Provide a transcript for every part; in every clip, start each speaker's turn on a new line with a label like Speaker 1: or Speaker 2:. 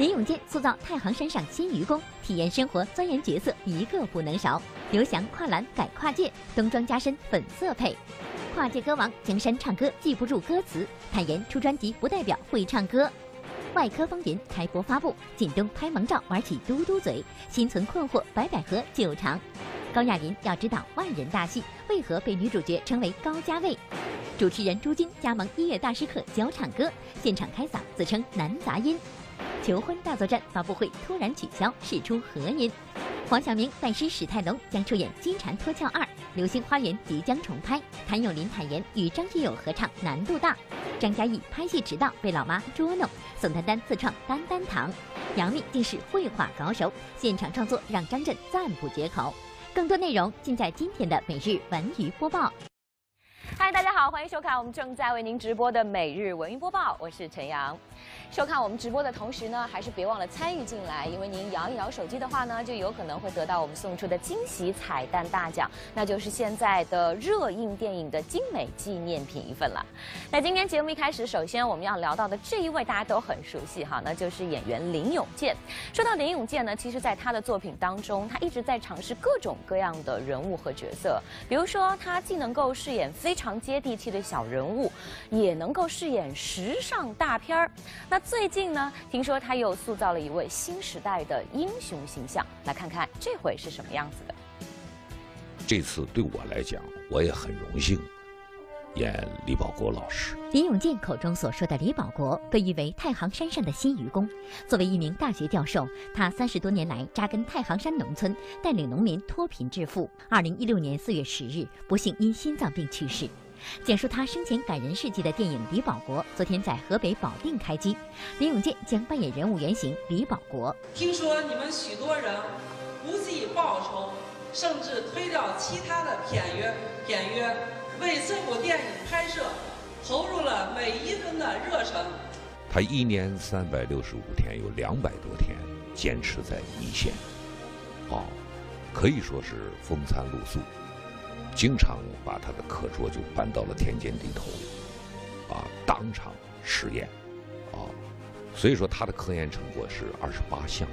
Speaker 1: 林永健塑造太行山上新愚公，体验生活钻研角色一个不能少。刘翔跨栏改跨界，冬装加身粉色配。跨界歌王江山唱歌记不住歌词，坦言出专辑不代表会唱歌。外科风云开播发布，靳东拍萌照玩起嘟嘟嘴，心存困惑白百合救场。高亚麟要指导万人大戏，为何被女主角称为高价位？主持人朱军加盟音乐大师课教唱歌，现场开嗓自称男杂音。求婚大作战发布会突然取消，释出合音。黄晓明拜师史泰龙将出演《金蝉脱壳2》，《流星花园》即将重拍。谭咏麟坦言与张学友合唱难度大。张嘉译拍戏迟到被老妈捉弄，宋丹丹自创丹丹糖。杨幂竟是绘画高手，现场创作让张震赞不绝口。更多内容尽在今天的每日文娱播报。
Speaker 2: 嗨，大家好，欢迎收看我们正在为您直播的每日文娱播报，我是陈阳。收看我们直播的同时呢，还是别忘了参与进来，因为您摇一摇手机的话呢，就有可能会得到我们送出的惊喜彩蛋大奖，那就是现在的热映电影的精美纪念品一份了。那今天节目一开始，首先我们要聊到的这一位大家都很熟悉哈，那就是演员林永健。说到林永健呢，其实在他的作品当中，他一直在尝试各种各样的人物和角色，比如说他既能够饰演非常接地气的小人物，也能够饰演时尚大片儿。那最近呢，听说他又塑造了一位新时代的英雄形象，来看看这回是什么样子的。
Speaker 3: 这次对我来讲，我也很荣幸演李保国老师。
Speaker 1: 林永健口中所说的李保国，被誉为太行山上的新愚公。作为一名大学教授，他30多年来扎根太行山农村，带领农民脱贫致富。2016年4月10日，不幸因心脏病去世。讲述他生前感人事迹的电影《李保国》昨天在河北保定开机，林永健将扮演人物原型李保国。
Speaker 4: 听说你们许多人不计报酬，甚至推掉其他的片约，为这部电影拍摄投入了每一分的热忱。
Speaker 3: 他1年365天，有200多天坚持在一线，可以说是风餐露宿。经常把他的课桌就搬到了田间地头，当场实验，所以说他的科研成果是28项，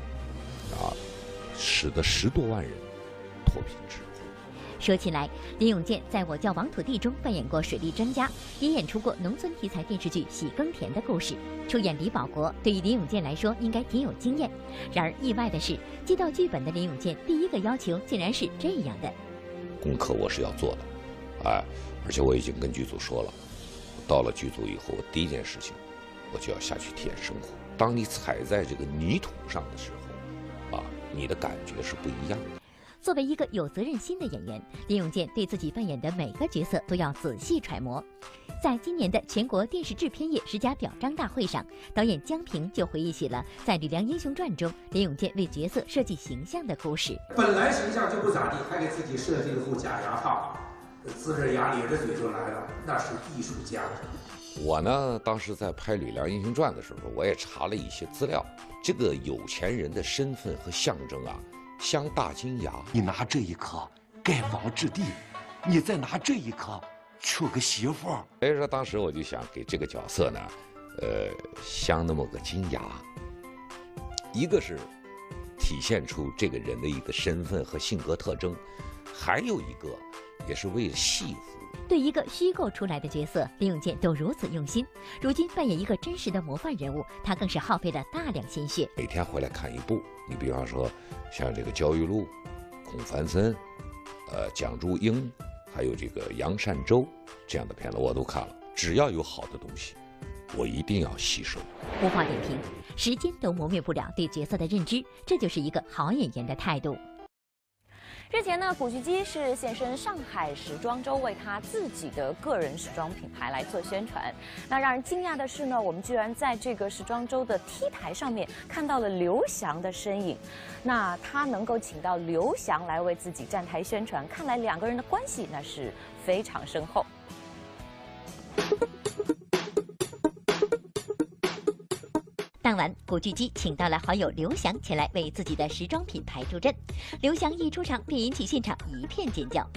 Speaker 3: 使得10多万人脱贫致富。
Speaker 1: 说起来，林永健在我叫王土地中扮演过水利专家，也演出过农村题材电视剧《喜耕田的故事》。出演李保国对于林永健来说应该挺有经验，然而意外的是，接到剧本的林永健第一个要求竟然是这样的。
Speaker 3: 功课我是要做的，而且我已经跟剧组说了，到了剧组以后，第一件事情，我就要下去体验生活。当你踩在这个泥土上的时候，你的感觉是不一样的。
Speaker 1: 作为一个有责任心的演员，林永健对自己扮演的每个角色都要仔细揣摩。在今年的全国电视制片业10佳表彰大会上，导演姜平就回忆起了在《吕梁英雄传》中林永健为角色设计形象的故事。
Speaker 5: 本来形象就不咋地，还给自己设计了副假牙套，呲着牙咧着嘴就来了，那是艺术家。
Speaker 3: 我呢，当时在拍《吕梁英雄传》的时候，我也查了一些资料，这个有钱人的身份和象征像大金牙。
Speaker 6: 你拿这一颗盖房置地，你再拿这一颗娶个媳妇儿。
Speaker 3: 所以说当时我就想给这个角色呢，镶那么个金牙，一个是体现出这个人的一个身份和性格特征，还有一个也是为了戏服。
Speaker 1: 对一个虚构出来的角色，林永健都如此用心。如今扮演一个真实的模范人物，他更是耗费了大量心血。
Speaker 3: 每天回来看一部，你比方说像这个焦裕禄、孔繁森、蒋祝英，还有这个杨善洲这样的片子我都看了。只要有好的东西，我一定要吸收。
Speaker 1: 无法点评，时间都磨灭不了对角色的认知，这就是一个好演员的态度。
Speaker 2: 日前呢，古巨基是现身上海时装周，为他自己的个人时装品牌来做宣传。那让人惊讶的是呢，我们居然在这个时装周的 T 台上面看到了刘翔的身影。那他能够请到刘翔来为自己站台宣传，看来2个人的关系那是非常深厚。
Speaker 1: 当晚，古巨基请到了好友刘翔前来为自己的时装品牌助阵。刘翔一出场便引起现场一片尖叫。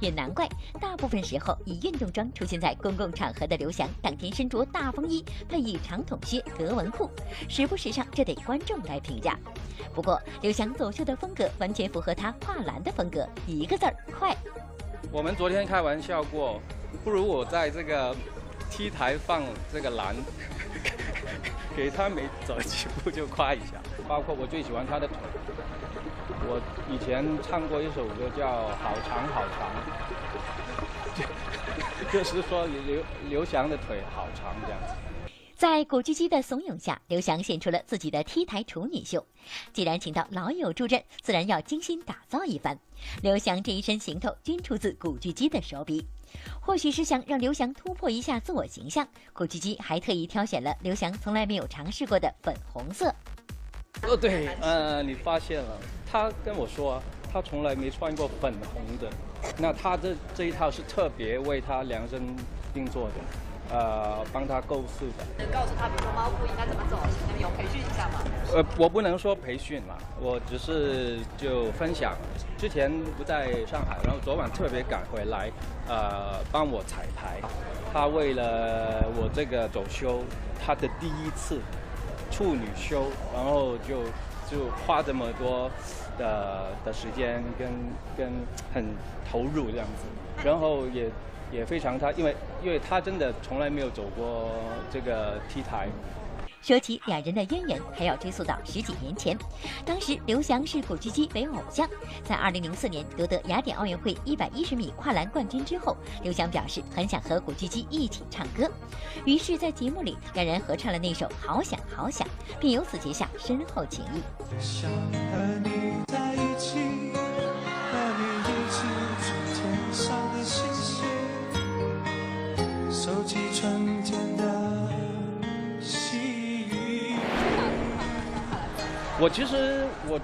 Speaker 1: 也难怪，大部分时候以运动装出现在公共场合的刘翔，当天身着大风衣，配以长筒靴、格纹裤，时不时尚，这得观众来评价。不过，刘翔走秀的风格完全符合他跨栏的风格，一个字儿快。
Speaker 7: 我们昨天开玩笑过，不如我在这个 T 台放这个栏，给他每走几步就夸一下。包括我最喜欢他的腿，我以前唱过一首歌叫《好长好长》，就是说刘翔的腿好长这样子。
Speaker 1: 在古巨基的怂恿下，刘翔献出了自己的 T 台处女秀。既然请到老友助阵，自然要精心打造一番。刘翔这一身行头均出自古巨基的手笔。或许是想让刘翔突破一下自我形象，古巨基还特意挑选了刘翔从来没有尝试过的粉红色。
Speaker 7: 哦，对，你发现了，他跟我说他从来没穿过粉红的，那他这一套是特别为他量身定做的，帮他构思的。
Speaker 2: 告诉他，比如说猫步应该怎么走，你们有培训一下吗？
Speaker 7: 我不能说培训嘛，我只是就分享。之前不在上海，然后昨晚特别赶回来，帮我彩排。他为了我这个走秀，他的第一次处女秀，然后就花这么多的时间跟很投入这样子，然后也非常因为他真的从来没有走过这个 T 台。
Speaker 1: 说起两人的渊源，还要追溯到10几年前。当时刘翔视古巨基为偶像，在2004年夺得雅典奥运会110米跨栏冠军之后，刘翔表示很想和古巨基一起唱歌，于是，在节目里两人合唱了那首《好想好想》，并由此结下深厚情谊。
Speaker 8: 想和你在一起，和你一起追天上的星星，收集春天的细雨。
Speaker 7: 我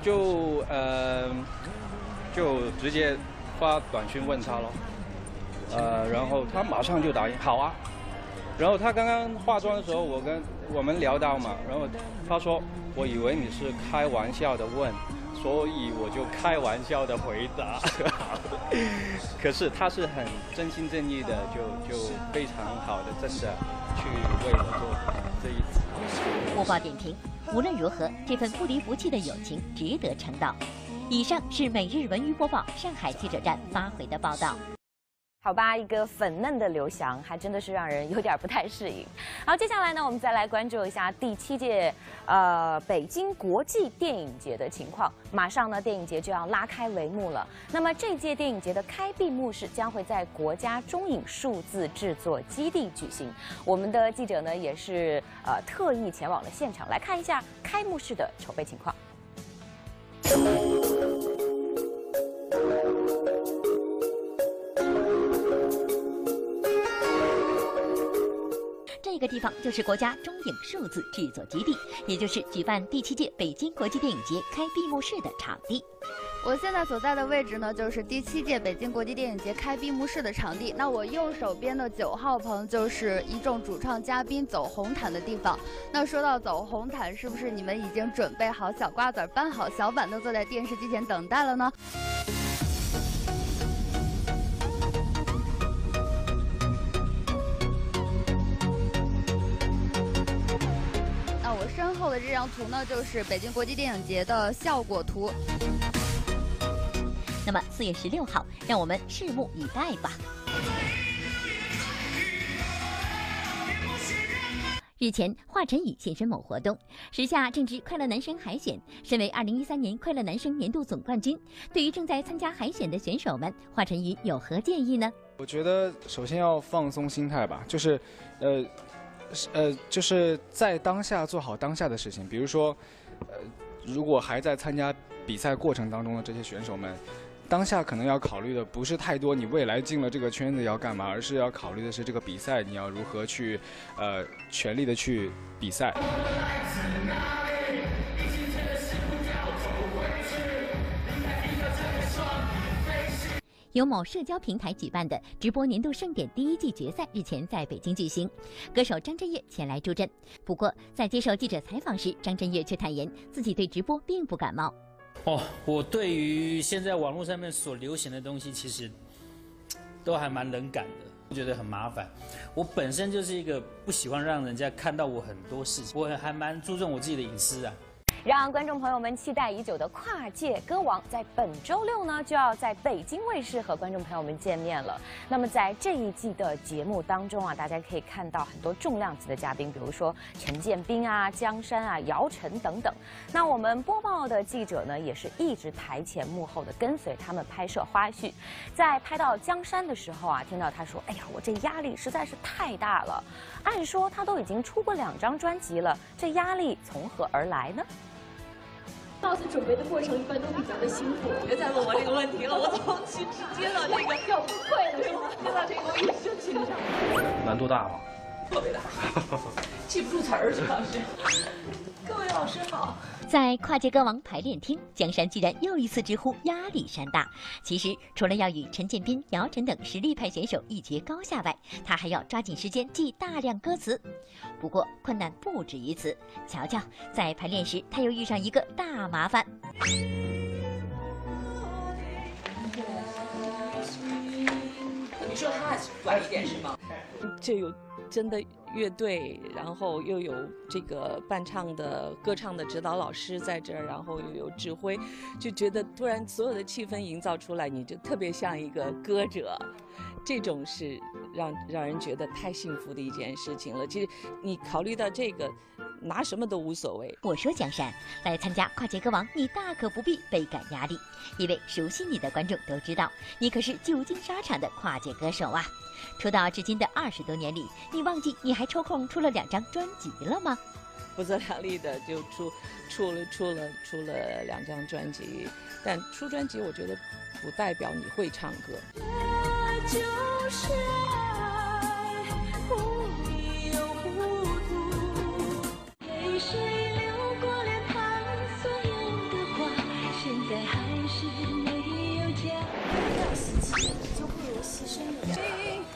Speaker 7: 就直接发短信问他咯，然后他马上就答应好啊。然后他刚刚化妆的时候，我们聊到嘛，然后他说我以为你是开玩笑的问，所以我就开玩笑的回答。可是他是很真心真意的，就非常好的，真的去为我做这一次。
Speaker 1: 播报点评：无论如何，这份不离不弃的友情值得称道。以上是每日文娱播报上海记者站发回的报道。
Speaker 2: 好吧，一个粉嫩的刘翔，还真的是让人有点不太适应。好，接下来呢，我们再来关注一下第7届北京国际电影节的情况。马上呢，电影节就要拉开帷幕了。那么这届电影节的开闭幕式将会在国家中影数字制作基地举行。我们的记者呢，也是特意前往了现场，来看一下开幕式的筹备情况。
Speaker 1: 这个地方就是国家中影数字制作基地，也就是举办第7届北京国际电影节开闭幕式的场地。
Speaker 9: 我现在所在的位置呢，就是第7届北京国际电影节开闭幕式的场地。那我右手边的9号棚就是一众主创嘉宾走红毯的地方。那说到走红毯，是不是你们已经准备好小瓜子，搬好小板凳，坐在电视机前等待了呢？那我身后的这张图呢，就是北京国际电影节的效果图。
Speaker 1: 那么4月16号，让我们拭目以待吧。日前，华晨宇现身某活动，时下正值快乐男声海选。身为2013年快乐男声年度总冠军，对于正在参加海选的选手们，华晨宇有何建议呢？
Speaker 10: 我觉得首先要放松心态吧，就是在当下做好当下的事情。比如说，如果还在参加比赛过程当中的这些选手们，当下可能要考虑的不是太多，你未来进了这个圈子要干嘛，而是要考虑的是这个比赛你要如何去，全力的去比赛。
Speaker 1: 由某社交平台举办的直播年度盛典第1季决赛日前在北京举行，歌手张震岳前来助阵。不过，在接受记者采访时，张震岳却坦言自己对直播并不感冒。
Speaker 11: 我对于现在网络上面所流行的东西，其实都还蛮冷感的，我觉得很麻烦。我本身就是一个不喜欢让人家看到我很多事情，我还蛮注重我自己的隐私啊。
Speaker 2: 让观众朋友们期待已久的跨界歌王，在本周六呢就要在北京卫视和观众朋友们见面了。那么在这一季的节目当中啊，大家可以看到很多重量级的嘉宾，比如说陈建斌啊、江山啊、姚晨等等。那我们播报的记者呢，也是一直台前幕后的跟随他们拍摄花絮。在拍到江山的时候啊，听到他说：“哎呀，我这压力实在是太大了。”按说他都已经出过2张专辑了，这压力从何而来呢？
Speaker 12: 到此准备的过程一般都比较的辛苦，别再问我这个问题了，我从去接到这个要崩溃了，是吗？接到这个我一生气上。
Speaker 13: 难度大吗？
Speaker 12: 特别大，记不住词儿，主要是。各位老师好。
Speaker 1: 在跨界歌王排练厅，江山居然又一次直呼压力山大。其实，除了要与陈建斌、姚晨等实力派选手一决高下外，他还要抓紧时间记大量歌词。不过，困难不止于此。瞧瞧，在排练时，他又遇上一个大麻烦。
Speaker 12: 你说他短一点是吗？
Speaker 14: 就有真的乐队，然后又有这个伴唱的歌唱的指导老师在这儿，然后又有指挥，就觉得突然所有的气氛营造出来，你就特别像一个歌者，这种是让人觉得太幸福的一件事情了。其实你考虑到这个，拿什么都无所谓。
Speaker 1: 我说江山，来参加跨界歌王，你大可不必倍感压力，因为熟悉你的观众都知道，你可是久经沙场的跨界歌手啊。出道至今的20多年里，你忘记你还抽空出了2张专辑了吗？
Speaker 14: 不自量力的就出了2张专辑，但出专辑我觉得不代表你会唱歌。就是爱，忽迷又糊涂，给谁流过脸庞所有的话，现在还是没有讲。
Speaker 12: 就不如牺牲一点。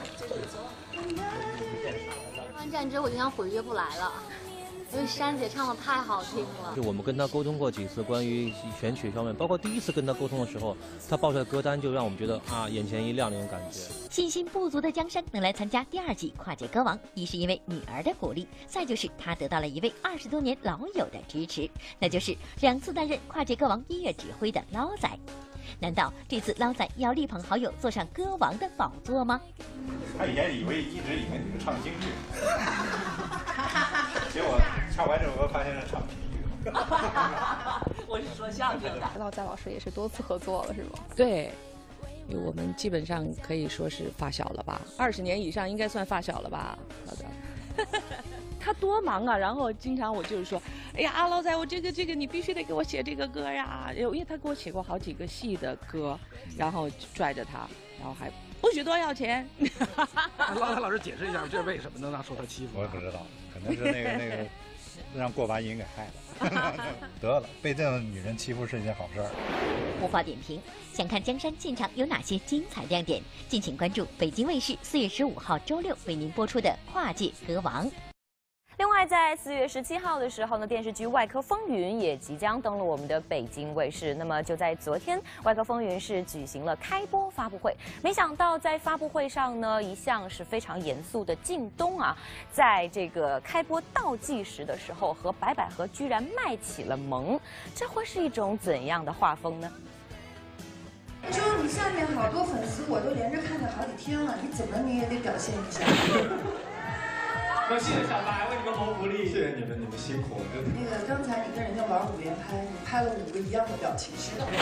Speaker 15: 看完战之后，我就想毁约不来了，因为珊姐唱的太好听了。
Speaker 16: 就我们跟她沟通过几次关于选曲方面，包括第一次跟她沟通的时候，她报出来歌单就让我们觉得啊眼前一亮那种感觉。
Speaker 1: 信心不足的江山能来参加第2季跨界歌王，一是因为女儿的鼓励，再就是他得到了一位20多年老友的支持，那就是2次担任跨界歌王音乐指挥的捞仔。难道这次捞仔要力捧好友坐上歌王的宝座吗？
Speaker 17: 他以前一直以为你是唱京剧，结果唱完这首歌发现是唱评剧。
Speaker 14: 我是说相声的。
Speaker 9: 捞仔老师也是多次合作了，是吗？
Speaker 14: 对，因为我们基本上可以说是发小了吧，20年以上应该算发小了吧，好的。他多忙啊，然后经常我就是说，哎呀，捞仔，我这个你必须得给我写这个歌呀，因为他给我写过好几个戏的歌，然后拽着他，然后还不许多要钱。
Speaker 18: 捞仔老师解释一下，这是为什么能让受他欺负？
Speaker 17: 我也不知道，可能是那个让过把瘾给害了。得了，被这种女人欺负是一件好事儿。
Speaker 1: 无法点评，想看江山现场有哪些精彩亮点，敬请关注北京卫视4月15号周六为您播出的《跨界歌王》。
Speaker 2: 另外，在4月17号的时候呢，电视剧《外科风云》也即将登陆我们的北京卫视。那么就在昨天，《外科风云》是举行了开播发布会。没想到在发布会上呢，一向是非常严肃的靳东啊，在这个开播倒计时的时候，和白百合居然卖起了萌。这会是一种怎样的画风呢？
Speaker 19: 就你下面好多粉丝，我都连着看了好几天了，你怎么你也得表现一下。
Speaker 17: 谢谢小白，为你们谋福利。谢谢你们辛苦。
Speaker 19: 那个刚才你跟人家玩5连拍，你拍了5个一样的表情，是的。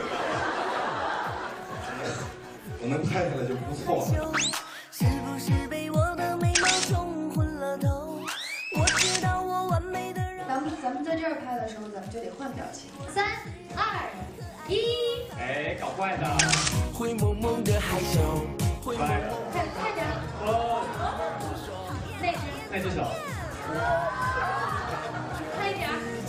Speaker 17: 我能拍下来就不错了。
Speaker 8: 是不是被我的美貌冲昏了头？我知道我完美的人。
Speaker 19: 咱们在这儿拍的时候，咱们就得换表情。3、2、1。
Speaker 17: 哎，搞怪的。
Speaker 8: 会萌萌的害羞。
Speaker 17: 快
Speaker 19: 点。
Speaker 17: 那只手。
Speaker 19: 快一点，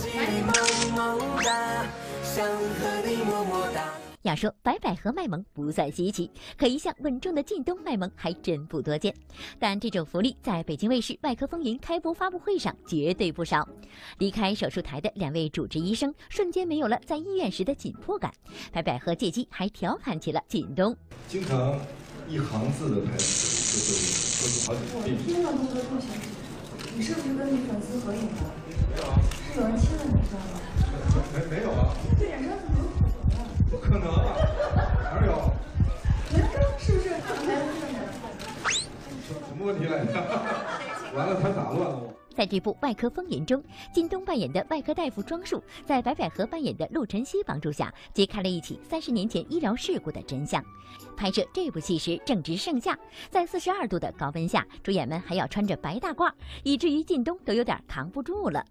Speaker 1: 要说白百合卖萌不算稀奇，可一向稳重的靳东卖萌还真不多见。但这种福利在北京卫视《外科风云》开播发布会上绝对不少。离开手术台的2位主治医生瞬间没有了在医院时的紧迫感，白百合借机还调侃起了靳东。
Speaker 17: 经常
Speaker 13: 一行字的台词就会说出好几
Speaker 19: 我
Speaker 13: 遍。
Speaker 19: 听了都会不想起。你是不是跟女粉丝合影了？没有啊。是有人亲了你知道吗？
Speaker 13: 没有啊。
Speaker 19: 这脸上怎么有可能啊？
Speaker 13: 不可能啊，哪有？
Speaker 19: 人刚是不是？
Speaker 13: 什么问题来着？完了，他打乱了我。
Speaker 1: 在这部《外科风云》中，靳东扮演的外科大夫庄树，在白百合扮演的陆晨曦帮助下，揭开了一起30年前医疗事故的真相。拍摄这部戏时正值盛夏，在42度的高温下，主演们还要穿着白大褂，以至于靳东都有点扛不住了。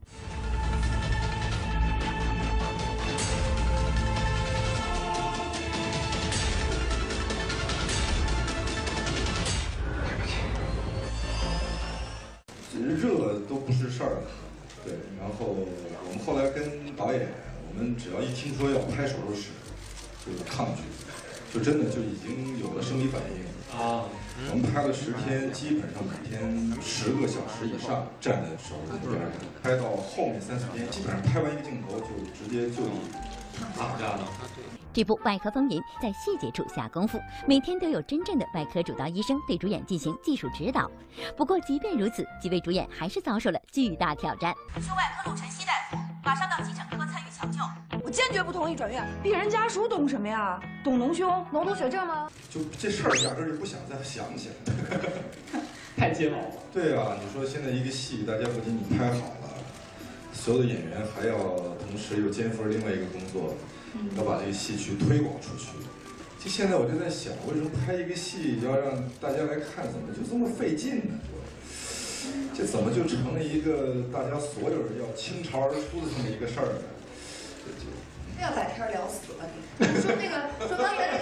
Speaker 13: 热都不是事儿，对。然后我们后来跟导演，我们只要一听说要拍手术室，就抗拒，就真的就已经有了生理反应啊。我们拍了10天，基本上每天10个小时以上站在手术台边上，拍到后面3、4天，基本上拍完一个镜头就直接就地躺下了。
Speaker 1: 这部《外科风云》在细节处下功夫，每天都有真正的外科主刀医生对主演进行技术指导。不过，即便如此，几位主演还是遭受了巨大挑战。
Speaker 20: 是外科陆晨曦大夫，马上到急诊科参与抢救。
Speaker 19: 我坚决不同意转院。病人家属懂什么呀？懂脓胸、脓毒血症吗？
Speaker 13: 就这事儿压根儿就不想再想起来。
Speaker 21: 太煎熬了。
Speaker 13: 对啊，你说现在一个戏，大家不仅仅拍好了，所有的演员还要同时又肩负另外一个工作。要把这个戏去推广出去。就现在我就在想，为什么拍一个戏要让大家来看，怎么就这么费劲呢？这怎么就成了一个大家所有人要倾巢而出的这么一个事儿呢？
Speaker 19: 要把天聊死了你！说那个，说刚才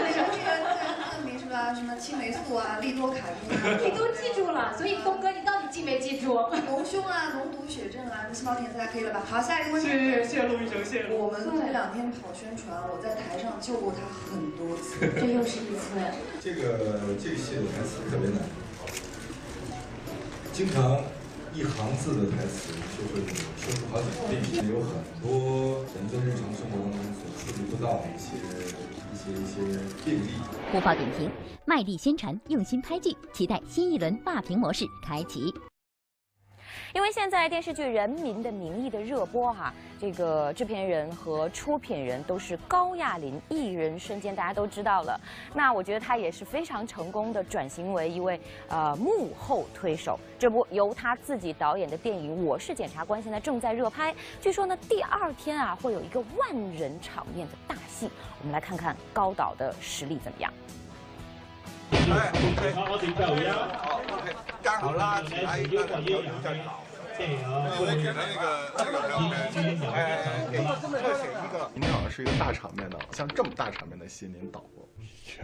Speaker 19: 什么青霉素啊、利多卡因啊，
Speaker 12: 你都记住了。所以东哥，你到底记没记住？
Speaker 19: 脓胸啊、脓毒血症啊，细胞检测可以了吧？好，下一个问题。
Speaker 21: 谢陆医生，谢陆。
Speaker 19: 我们这2天跑宣传，我在台上救过他很多次，
Speaker 12: 这又是一次。
Speaker 13: 这个戏的台词特别难，经常一行字的台词就会说出好几遍，有很多人在日常生活当中所触及不到的一些病例。
Speaker 1: 播报点评：卖力宣传，用心拍剧，期待新一轮霸屏模式开启。
Speaker 2: 因为现在电视剧《人民的名义》的热播这个制片人和出品人都是高亚麟一人身兼，大家都知道了。那我觉得他也是非常成功的转型为一位幕后推手。这部由他自己导演的电影《我是检察官》现在正在热拍，据说呢第2天会有一个万人场面的大戏。我们来看看高导的实力怎么样。
Speaker 21: 哎 ，OK， 好，我顶到1，好 ，OK， 干好啦，来，有点好。
Speaker 22: 我给他那个，给特写一个。您好像是一个大场面的，像这么大场面的戏您导过？
Speaker 23: 以前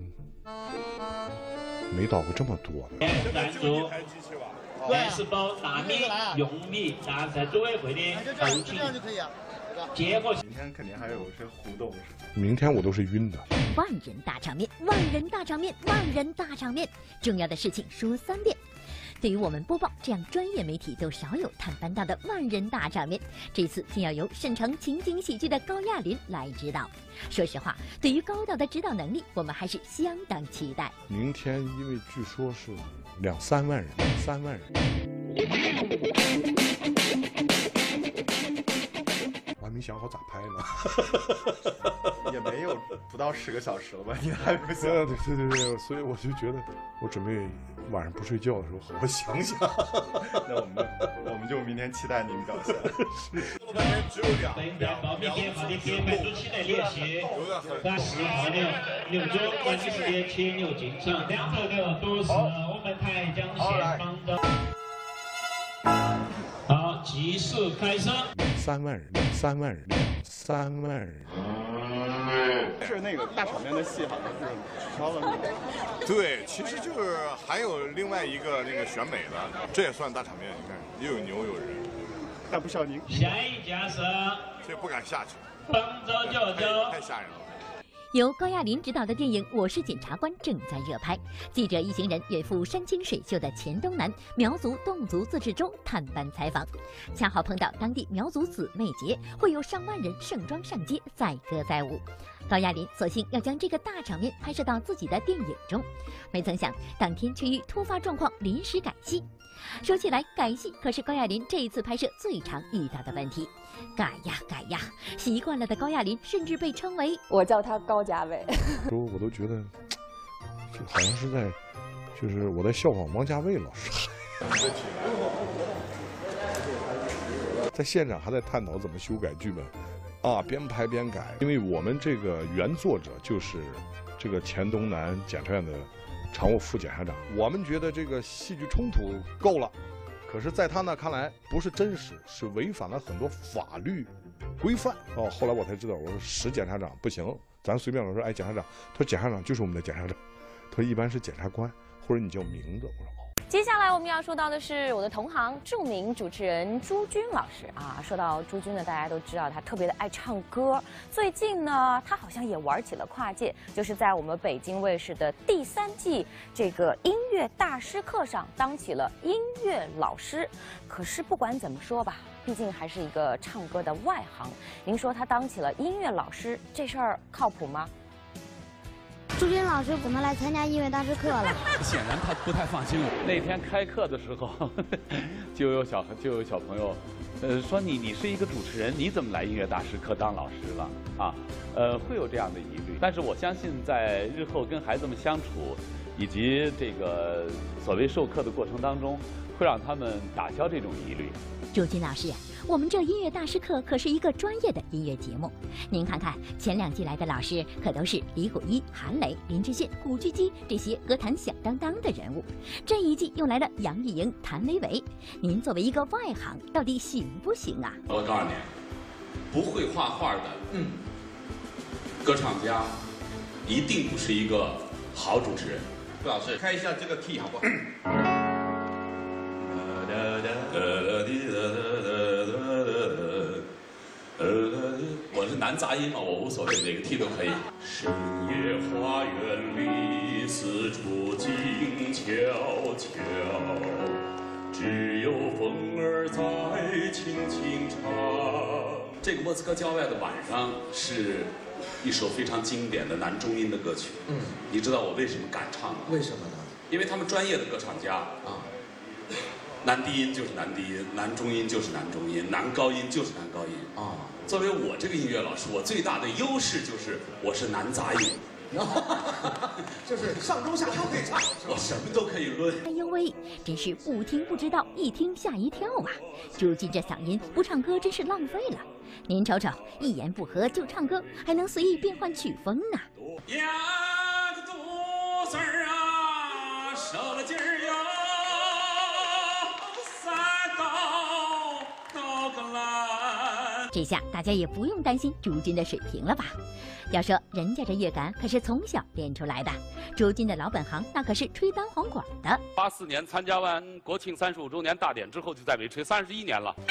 Speaker 23: 没导过这么多的。
Speaker 21: 男主万事包大米用米，大家在组委会的后勤。结果
Speaker 22: 明天肯定还有一些互动。
Speaker 23: 明天我都是晕的。
Speaker 1: 万人大场面，万人大场面，万人大场面，重要的事情说3遍。对于我们播报这样专业媒体都少有探班到的万人大场面，这次竟要由擅长情景喜剧的高亚麟来指导。说实话，对于高导的指导能力，我们还是相当期待。
Speaker 23: 明天因为据说是2、3万人，3万人。我还没想好咋拍
Speaker 22: 呢，也没有不到10个小时了吧？你还不想？
Speaker 23: 对，所以我就觉得我准备晚上不睡觉的时候好好想想。
Speaker 22: 那我们就明天期待您表现。 只有2
Speaker 21: 明天好的编排都期待练习。10号6中关键时间切6进场，2头的都是我们台江前方的。好，计时开始。
Speaker 23: 3万人，3万人，3万人。
Speaker 22: 是那个大场面的戏，好像是取消了那个。 对，其实就是还有另外一个那个选美的，这也算大场面。你看，又有牛有人，但不需要您。
Speaker 21: 下一架是，
Speaker 22: 这不敢下去。
Speaker 21: 帮着舅舅，
Speaker 22: 太吓人了。
Speaker 1: 由高亚麟执导的电影《我是检察官》正在热拍，记者一行人远赴山清水秀的黔东南苗族侗族自治州探班采访，恰好碰到当地苗族姊妹节，会有上万人盛装上街载歌载舞。 高亚麟索性要将这个大场面拍摄到自己的电影中，没曾想当天却遇突发状况临时改戏。说起来，改戏可是高亚麟这一次拍摄最常遇到的问题。改呀，习惯了的高亚麟甚至被称为
Speaker 2: 我叫他高家伟。
Speaker 23: 我都觉得，这好像是在，就是我在效仿王家卫老师。在现场还在探讨怎么修改剧本，啊，边拍边改。因为我们这个原作者就是这个前东南检察院的常务副检察长，我们觉得这个戏剧冲突够了，可是在他那看来不是真实，是违反了很多法律规范。哦，后来我才知道，我说石检察长不行，咱随便我说，哎，检察长，他说检察长就是我们的检察长，他说一般是检察官，或者你叫名字。我说
Speaker 2: 接下来我们要说到的是我的同行，著名主持人朱军老师啊。说到朱军呢，大家都知道他特别的爱唱歌。最近呢，他好像也玩起了跨界，就是在我们北京卫视的第3季这个音乐大师课上当起了音乐老师。可是不管怎么说吧，毕竟还是一个唱歌的外行。您说他当起了音乐老师，这事儿靠谱吗？
Speaker 15: 朱军老师怎么来参加音乐大师课了？
Speaker 4: 显然他不太放心我。那天开课的时候，就有小朋友，说你是一个主持人，你怎么来音乐大师课当老师了啊？会有这样的疑虑。但是我相信，在日后跟孩子们相处，以及这个所谓授课的过程当中，会让他们打消这种疑虑。
Speaker 1: 朱军老师呀，我们这音乐大师课可是一个专业的音乐节目。您看看前2季来的老师，可都是李谷一、韩磊、林志炫、古巨基这些歌坛响当当的人物。这一季又来了杨钰莹、谭维维。您作为一个外行，到底行不行啊？
Speaker 5: 我告诉你，不会画画的，歌唱家，一定不是一个好主持人。
Speaker 6: 朱老师，开一下这个 key 好不好？
Speaker 5: 我是男杂音嘛，我无所谓，哪个 key 都可以。深夜花园里，四处静悄悄，只有风儿在轻轻唱。这个莫斯科郊外的晚上是一首非常经典的男中音的歌曲。你知道我为什么敢唱吗？
Speaker 6: 为什么呢？
Speaker 5: 因为他们专业的歌唱家啊。男低音就是男低音，男中音就是男中音，男高音就是男高音啊。作为我这个音乐老师，我最大的优势就是我是男杂音，
Speaker 6: 就是上中下都可以唱，
Speaker 5: 我什么都可以抡。
Speaker 1: 哎呦喂，真是不听不知道，一听吓一跳啊！朱军这嗓音不唱歌真是浪费了。您瞅瞅，一言不合就唱歌，还能随意变换曲风呢。
Speaker 5: 呀个肚丝儿啊，受了劲儿呀。
Speaker 1: 这下大家也不用担心朱军的水平了吧？要说人家这乐感可是从小练出来的，朱军的老本行那可是吹单簧管的。
Speaker 4: 84年参加完国庆35周年大典之后，就在美吹31年了。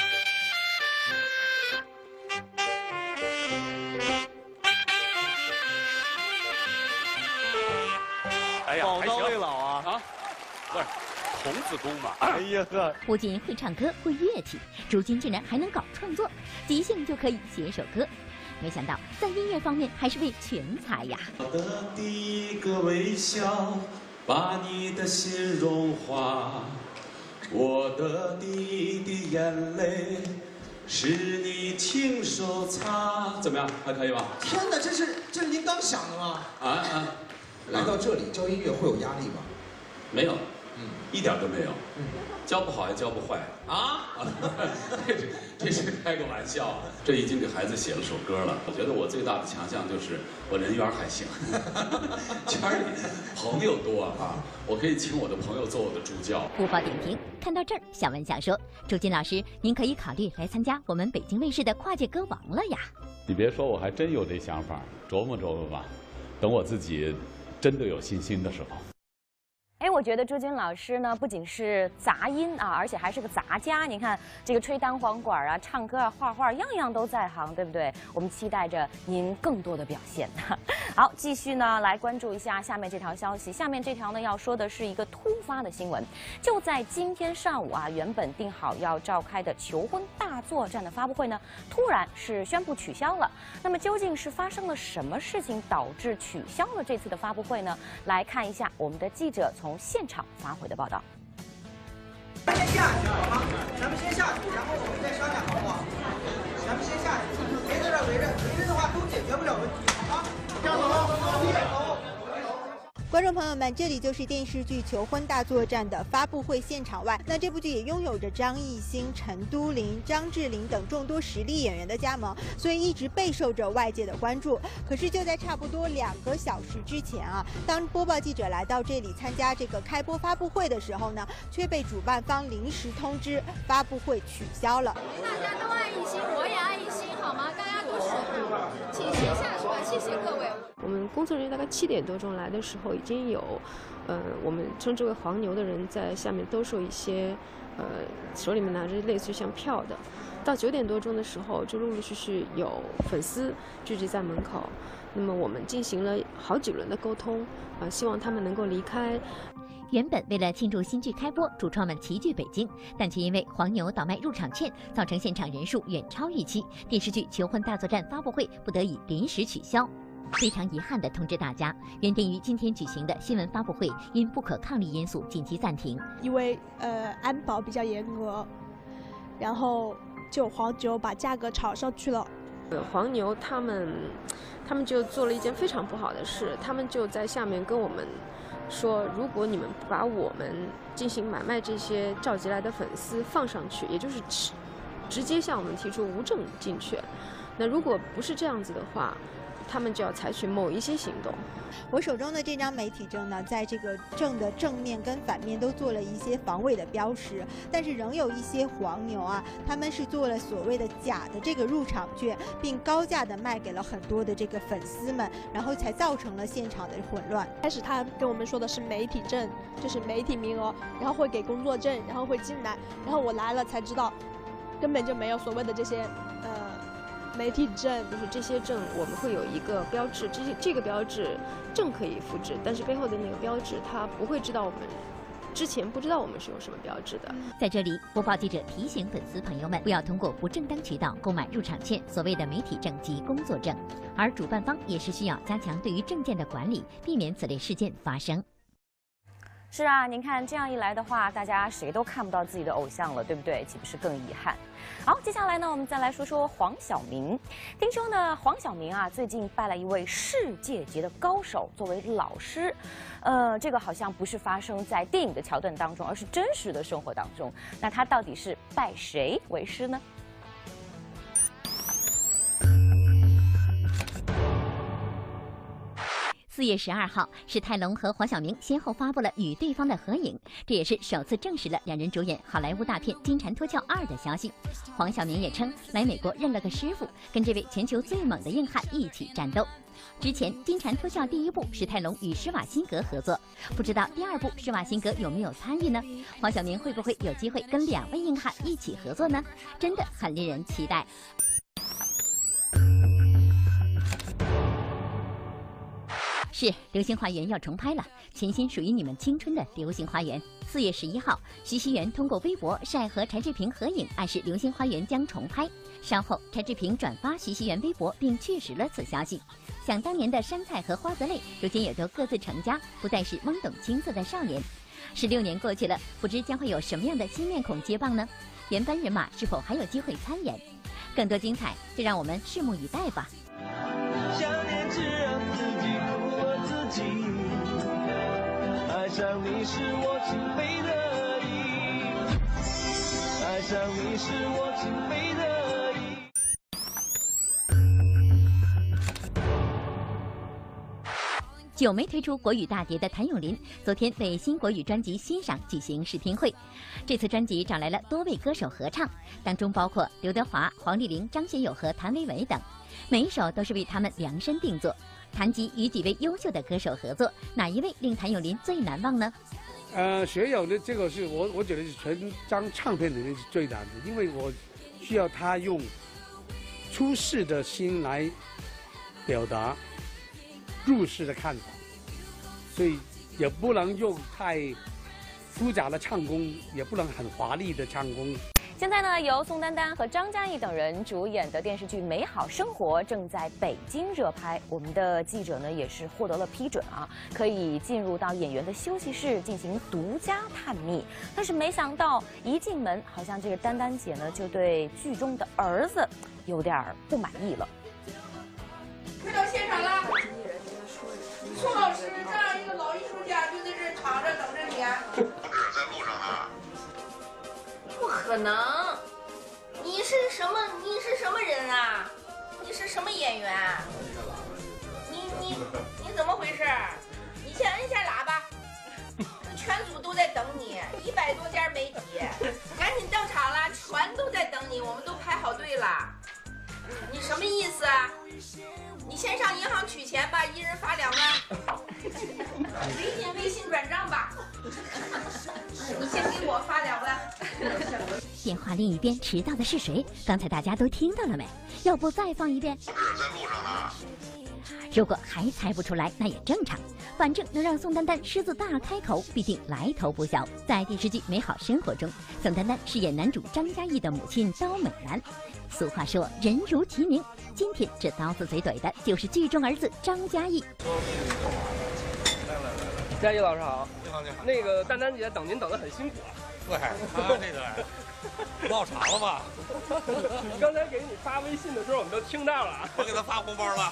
Speaker 4: 哎呀，
Speaker 6: 宝刀未老啊！
Speaker 4: 啊，不是。童子功嘛！
Speaker 6: 哎呀呵，
Speaker 1: 不仅会唱歌会乐器，朱军竟然还能搞创作，即兴就可以写首歌。没想到在音乐方面还是位全才呀！
Speaker 5: 我的第一个微笑，把你的心融化，我的第一滴眼泪，是你亲手擦。怎么样？还可以吧？
Speaker 6: 天哪，这是您刚想的吗？来到这里教音乐会有压力吗？
Speaker 5: 没有。一点都没有，教不好也教不坏啊！这是开个玩笑，这已经给孩子写了首歌了。我觉得我最大的强项就是我人缘还行，圈里朋友多啊，我可以请我的朋友做我的助教。
Speaker 1: 播报点评，看到这儿，小文想说，朱军老师，您可以考虑来参加我们北京卫视的跨界歌王了呀！
Speaker 4: 你别说，我还真有这想法，琢磨琢磨吧，等我自己真的有信心的时候。
Speaker 2: 哎，我觉得朱军老师呢，不仅是杂音啊，而且还是个杂家。你看，这个吹单簧管啊、唱歌啊、画画，样样都在行，对不对？我们期待着您更多的表现。 好，继续呢来关注一下下面这条消息。下面这条呢要说的是一个突发的新闻，就在今天上午啊，原本定好要召开的求婚大作战的发布会呢，突然是宣布取消了。那么究竟是发生了什么事情导致取消了这次的发布会呢？来看一下我们的记者从现场发回的报道。
Speaker 3: 先下去好吗？咱们先下去，然后我们再商量，好不好？咱们先下去，别在这围着的话都解决不了问题，好吗？这样走。
Speaker 7: 观众朋友们，这里就是电视剧《求婚大作战》的发布会现场外。那这部剧也拥有着张艺兴、陈都灵、张智霖等众多实力演员的加盟，所以一直备受着外界的关注。可是就在差不多2个小时之前啊，当播报记者来到这里参加这个开播发布会的时候呢，却被主办方临时通知发布会取消了。
Speaker 10: 大家都爱艺兴，我也爱艺兴，好吗？大家都是，请先下去吧，谢谢各位。
Speaker 24: 我们工作人员大概7点多钟来的时候，已经有，我们称之为黄牛的人在下面兜售一些，手里面拿着类似于像票的。到9点多钟的时候，就陆陆续续有粉丝聚集在门口。那么我们进行了好几轮的沟通，希望他们能够离开。
Speaker 1: 原本为了庆祝新剧开播，主创们齐聚北京，但却因为黄牛倒卖入场券，造成现场人数远超预期，电视剧《求婚大作战》发布会不得已临时取消。非常遗憾地通知大家，原定于今天举行的新闻发布会因不可抗力因素紧急暂停。
Speaker 25: 因为安保比较严格，然后就黄牛把价格炒上去了。
Speaker 24: 黄牛他们就做了一件非常不好的事，他们就在下面跟我们说，如果你们不把我们进行买卖这些召集来的粉丝放上去，也就是直接向我们提出无证进去，那如果不是这样子的话，他们就要采取某一些行动。
Speaker 7: 我手中的这张媒体证呢，在这个证的正面跟反面都做了一些防伪的标识，但是仍有一些黄牛啊，他们是做了所谓的假的这个入场券，并高价的卖给了很多的这个粉丝们，然后才造成了现场的混乱。
Speaker 25: 开始他跟我们说的是媒体证，就是媒体名额，然后会给工作证，然后会进来，然后我来了才知道，根本就没有所谓的这些媒体证，
Speaker 24: 就是这些证我们会有一个标志，这个标志证可以复制，但是背后的那个标志他不会知道我们之前不知道我们是用什么标志的。
Speaker 1: 在这里，播报记者提醒粉丝朋友们，不要通过不正当渠道购买入场券，所谓的媒体证及工作证。而主办方也是需要加强对于证件的管理，避免此类事件发生。
Speaker 2: 是啊，您看这样一来的话，大家谁都看不到自己的偶像了，对不对？岂不是更遗憾？好，接下来呢，我们再来说说黄晓明。听说呢，黄晓明啊，最近拜了一位世界级的高手作为老师。这个好像不是发生在电影的桥段当中，而是真实的生活当中。那他到底是拜谁为师呢
Speaker 1: ？4月12号，史泰龙和黄晓明先后发布了与对方的合影，这也是首次证实了两人主演好莱坞大片《金蝉脱壳2》的消息。黄晓明也称来美国认了个师傅，跟这位全球最猛的硬汉一起战斗。之前《金蝉脱壳》第1部，史泰龙与施瓦辛格合作，不知道第2部施瓦辛格有没有参与呢？黄晓明会不会有机会跟2位硬汉一起合作呢？真的很令人期待。是《流星花园》要重拍了，全新属于你们青春的《流星花园》。4月11号，徐熙媛通过微博晒和柴智屏合影，暗示《流星花园》将重拍。稍后，柴智屏转发徐熙媛微博，并确实了此消息。想当年的杉菜和花泽类，如今也都各自成家，不再是懵懂青涩的少年。16年过去了，不知将会有什么样的新面孔接棒呢？原班人马是否还有机会参演？更多精彩，就让我们拭目以待吧。
Speaker 8: 想念只让自己苦了自己，爱上你是我情非得已，爱上你是我情非得已。
Speaker 1: 久没推出国语大碟的谭咏麟，昨天为新国语专辑欣赏举行试听会。这次专辑找来了多位歌手合唱，当中包括刘德华、黄丽玲、张学友和谭维维等，每一首都是为他们量身定做。谈及与几位优秀的歌手合作，哪一位令谭咏麟最难忘呢？
Speaker 18: 学友的这个是我觉得是全张唱片里面是最难的，因为我需要他用出世的心来表达， 入世的看法，所以也不能用太复杂的唱功，也不能很华丽的唱功。
Speaker 2: 现在呢，由宋丹丹和张嘉译等人主演的电视剧《美好生活》正在北京热拍。我们的记者呢也是获得了批准啊，可以进入到演员的休息室进行独家探秘。但是没想到一进门，好像这个丹丹姐呢就对剧中的儿子有点不满意了。
Speaker 19: 快到现场了，宋老师这样一个老艺术家就在这躺着等着你啊！
Speaker 22: 在路上呢。
Speaker 19: 不可能！你是什么人啊？你是什么演员？你怎么回事？你先摁下喇叭，全组都在等你，100多家媒体，赶紧到场了，全都在等你，我们都排好队了。你什么意思啊？你先上银行取钱吧，一人发2万，微信微信转账吧。你先给我发2万。
Speaker 1: 电话另一边迟到的是谁？刚才大家都听到了没？要不再放一遍？
Speaker 22: 在路上呢。
Speaker 1: 如果还猜不出来，那也正常。反正能让宋丹丹狮子大开口，必定来头不小。在电视剧《美好生活》中，宋丹丹饰演男主张嘉译的母亲刀美兰。俗话说人如其名，今天这刀子嘴怼的就是剧中儿子张嘉译。
Speaker 9: 嘉译老师好。
Speaker 22: 你好，你好。
Speaker 9: 那个丹丹姐等您等得很辛苦啊。
Speaker 22: 对，他这个落场了吧？
Speaker 9: 刚才给你发微信的时候，我们都听到了。
Speaker 22: 我给他发红包了。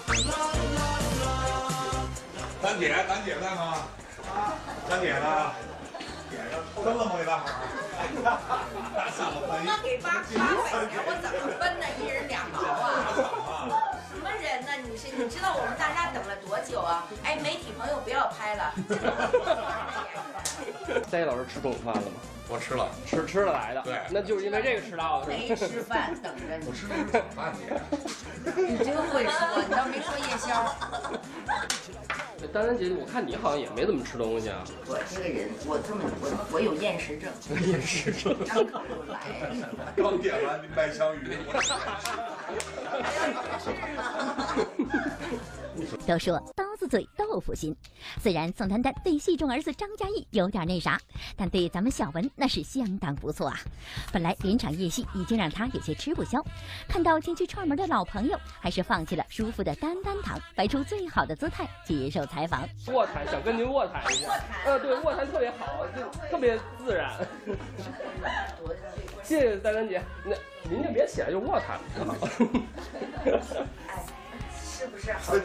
Speaker 22: 丹姐在吗？丹姐呢？分了吗？给大伙儿？
Speaker 19: 我给发800元，我怎么分呢？一人2毛啊！什么人呢？你知道我们大家等了多久啊？哎，媒体朋友不要拍了。
Speaker 9: 嘉译老师吃中午饭了吗？
Speaker 22: 我吃了，
Speaker 9: 吃了来的。
Speaker 22: 对，
Speaker 9: 那就是因为这个迟到的。
Speaker 19: 没吃饭，等着你。
Speaker 22: 我吃的是早饭姐。
Speaker 19: 你真会说，你倒没说夜宵。
Speaker 9: 丹丹姐，我看你好像也没怎么吃东西啊。
Speaker 19: 我这个人，我有厌食症。
Speaker 9: 厌食症。
Speaker 19: 张口就来。
Speaker 22: 刚点完麦香鱼，
Speaker 1: 都说刀子嘴豆腐心，虽然宋丹丹对戏中儿子张嘉译有点那啥，但对咱们小文那是相当不错啊。本来连场夜戏已经让他有些吃不消，看到前去串门的老朋友，还是放弃了舒服的丹丹躺，摆出最好的姿态接受采访。
Speaker 9: 卧谈，想跟您卧谈一下。对，卧谈特别好，就特别自然。谢谢丹丹姐，那您就别起来，就卧谈就好。
Speaker 19: 哎，是不是好？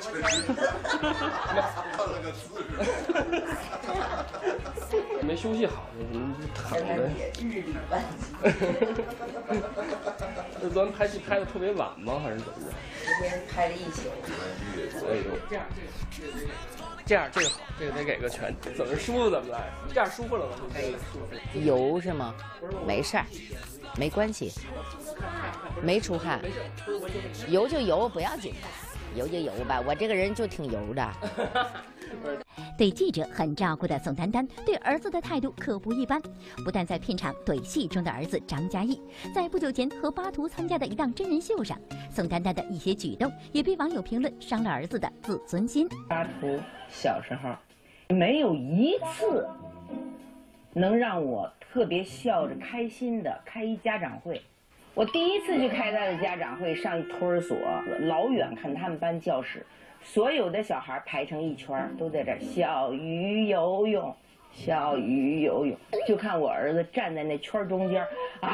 Speaker 22: 看了个姿势。
Speaker 9: 没休息好，躺着。
Speaker 19: 日理万机。
Speaker 9: 那昨天拍戏拍的特别晚吗？还是怎么着？
Speaker 19: 昨天拍了1宿。
Speaker 9: 哎呦，这样这个好，这个得给个全，怎么舒服怎么来，这样舒服了吗？
Speaker 19: 可以。
Speaker 11: 油是吗？没事儿，没关系，没出汗，油就油，不要紧的，油就油吧，我这个人就挺油的。
Speaker 1: 对记者很照顾的宋丹丹，对儿子的态度可不一般。不但在片场怼戏中的儿子张嘉译，在不久前和巴图参加的一档真人秀上，宋丹丹的一些举动也被网友评论伤了儿子的自尊心。
Speaker 14: 巴图小时候没有一次能让我特别笑着开心的开一家长会。我第一次去开他的家长会，上托儿所，老远看他们班教室。所有的小孩排成一圈，都在这儿小鱼游泳，小鱼游泳。就看我儿子站在那圈中间，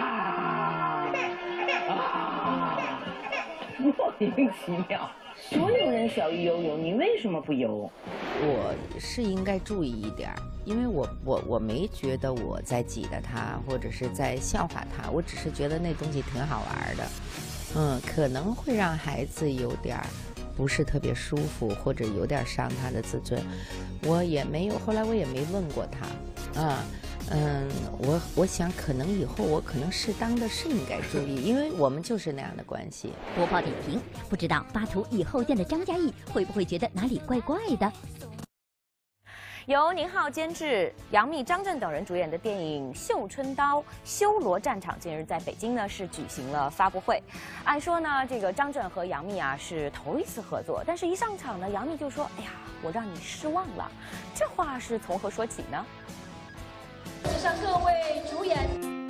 Speaker 14: 莫名其妙。所有人小鱼游泳，你为什么不游？
Speaker 11: 我是应该注意一点，因为我没觉得我在挤得他，或者是在笑话他，我只是觉得那东西挺好玩的，可能会让孩子有点不是特别舒服，或者有点伤他的自尊。我也没有，后来我也没问过他，我想可能以后我可能适当的是应该注意，因为我们就是那样的关系。
Speaker 1: 播报点评，不知道巴图以后见的张嘉译会不会觉得哪里怪怪的？
Speaker 2: 由宁浩监制、杨幂、张震等人主演的电影《绣春刀：修罗战场》近日在北京呢是举行了发布会。按说呢，这个张震和杨幂啊是头一次合作，但是一上场呢，杨幂就说：“哎呀，我让你失望了。”这话是从何说起呢？
Speaker 10: 向各位主演。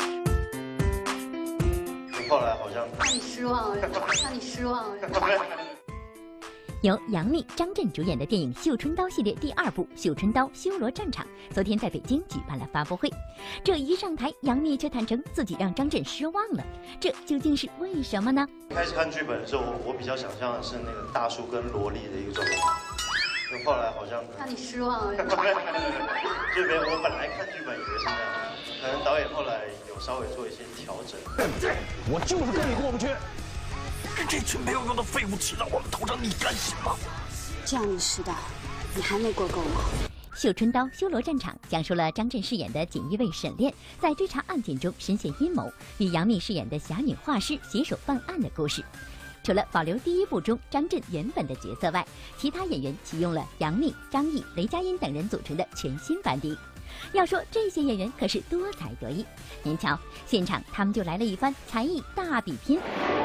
Speaker 12: 后来好像
Speaker 10: 让你失望了，让你失望了。
Speaker 1: 由杨幂、张震主演的电影《绣春刀》系列第2部《绣春刀：修罗战场》昨天在北京举办了发布会。这一上台，杨幂却坦诚自己让张震失望了，这究竟是为什么呢？
Speaker 12: 开始看剧本的时候，我比较想象的是那个大叔跟萝莉的一个状态，就后来好像
Speaker 10: 让你失望了。
Speaker 12: 这边我本来看剧本以为是那样，可能导演后来有稍微做一些调整。
Speaker 13: 我就是跟你过不去。这群没有用的废物骑到我们头上，你甘心吗？
Speaker 10: 这样的时代，你还没过够吗？
Speaker 1: 《绣春刀：修罗战场》讲述了张震饰演的锦衣卫沈炼在追查案件中深陷阴谋，与杨幂饰演的侠女画师携手办案的故事。除了保留第1部中张震原本的角色外，其他演员启用了杨幂、张译、雷佳音等人组成的全新班底。要说这些演员可是多才多艺，您瞧，现场他们就来了一番才艺大比拼。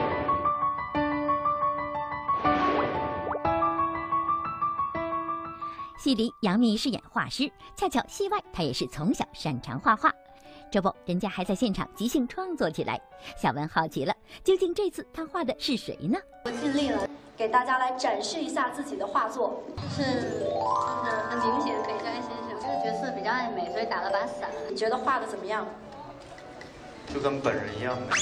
Speaker 1: 戏里杨幂饰演画师，恰巧戏外她也是从小擅长画画。这不，人家还在现场即兴创作起来。小文好奇了，究竟这次她画的是谁呢？
Speaker 10: 我尽力了，给大家来展示一下自己的画作。是很明显北斋先生这个角色比较爱美，所以打了把伞。你觉得画的怎么样？
Speaker 12: 就跟本人一样美，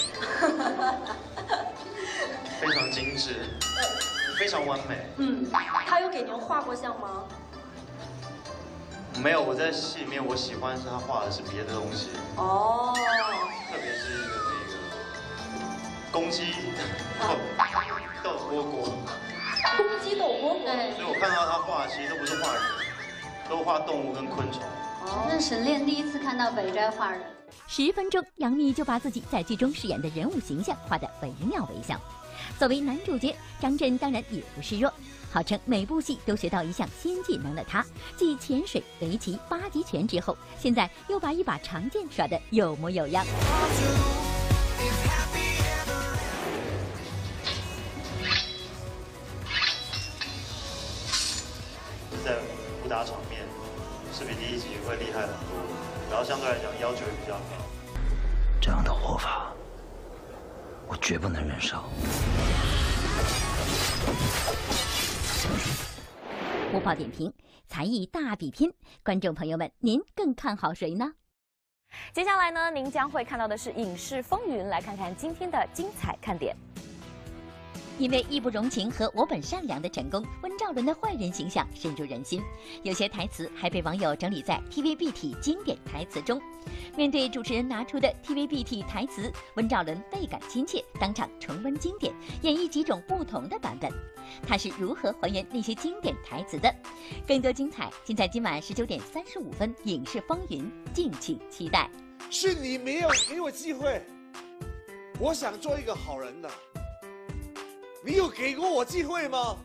Speaker 12: 非常精致，非常完美。
Speaker 10: 他有给您画过像吗？
Speaker 12: 没有，我在戏里面我喜欢是他画的是别的东西。
Speaker 10: 哦。
Speaker 12: 特别是一个那个公鸡斗蝈蝈。
Speaker 10: 公鸡斗蝈蝈。对。
Speaker 12: 所以我看到他画，其实都不是画人，都画动物跟昆虫。
Speaker 10: 哦。那沈炼第一次看到北斋画人。
Speaker 1: 10分钟，杨幂就把自己在剧中饰演的人物形象画得惟妙惟肖。作为男主角，张震当然也不示弱。号称每部戏都学到一项新技能的他，继潜水、围棋、8极拳之后，现在又把一把长剑耍得有模有样。
Speaker 12: 在武打场面是比第1集会厉害很多，然后相对来讲要求也比较高。
Speaker 13: 这样的活法，我绝不能忍受。
Speaker 1: 播报点评：才艺大比拼，观众朋友们，您更看好谁呢？
Speaker 2: 接下来呢，您将会看到的是影视风云，来看看今天的精彩看点。
Speaker 1: 因为义不容情和我本善良的成功，温兆伦的坏人形象深入人心，有些台词还被网友整理在 TVB 体经典台词中。面对主持人拿出的 TVB 体台词，温兆伦倍感亲切，当场重温经典，演绎几种不同的版本。他是如何还原那些经典台词的？更多精彩尽在今晚19点35分《影视风云》，敬请期待。
Speaker 16: 是你没有给我机会，我想做一个好人的。你有给过我机会吗？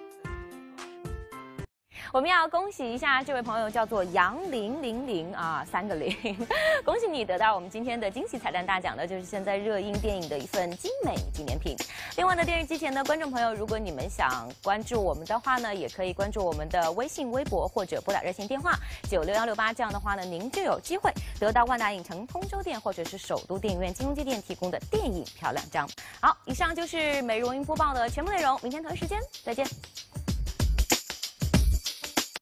Speaker 2: 我们要恭喜一下这位朋友，叫做杨000啊，3个0，恭喜你得到我们今天的惊喜彩蛋大奖的，就是现在热映电影的一份精美纪念品。另外呢，电视机前的观众朋友，如果你们想关注我们的话呢，也可以关注我们的微信、微博或者拨打热线电话96168，这样的话呢，您就有机会得到万达影城通州店或者是首都电影院金融街店提供的电影票2张。好，以上就是每日文娱播报的全部内容，明天同一时间再见。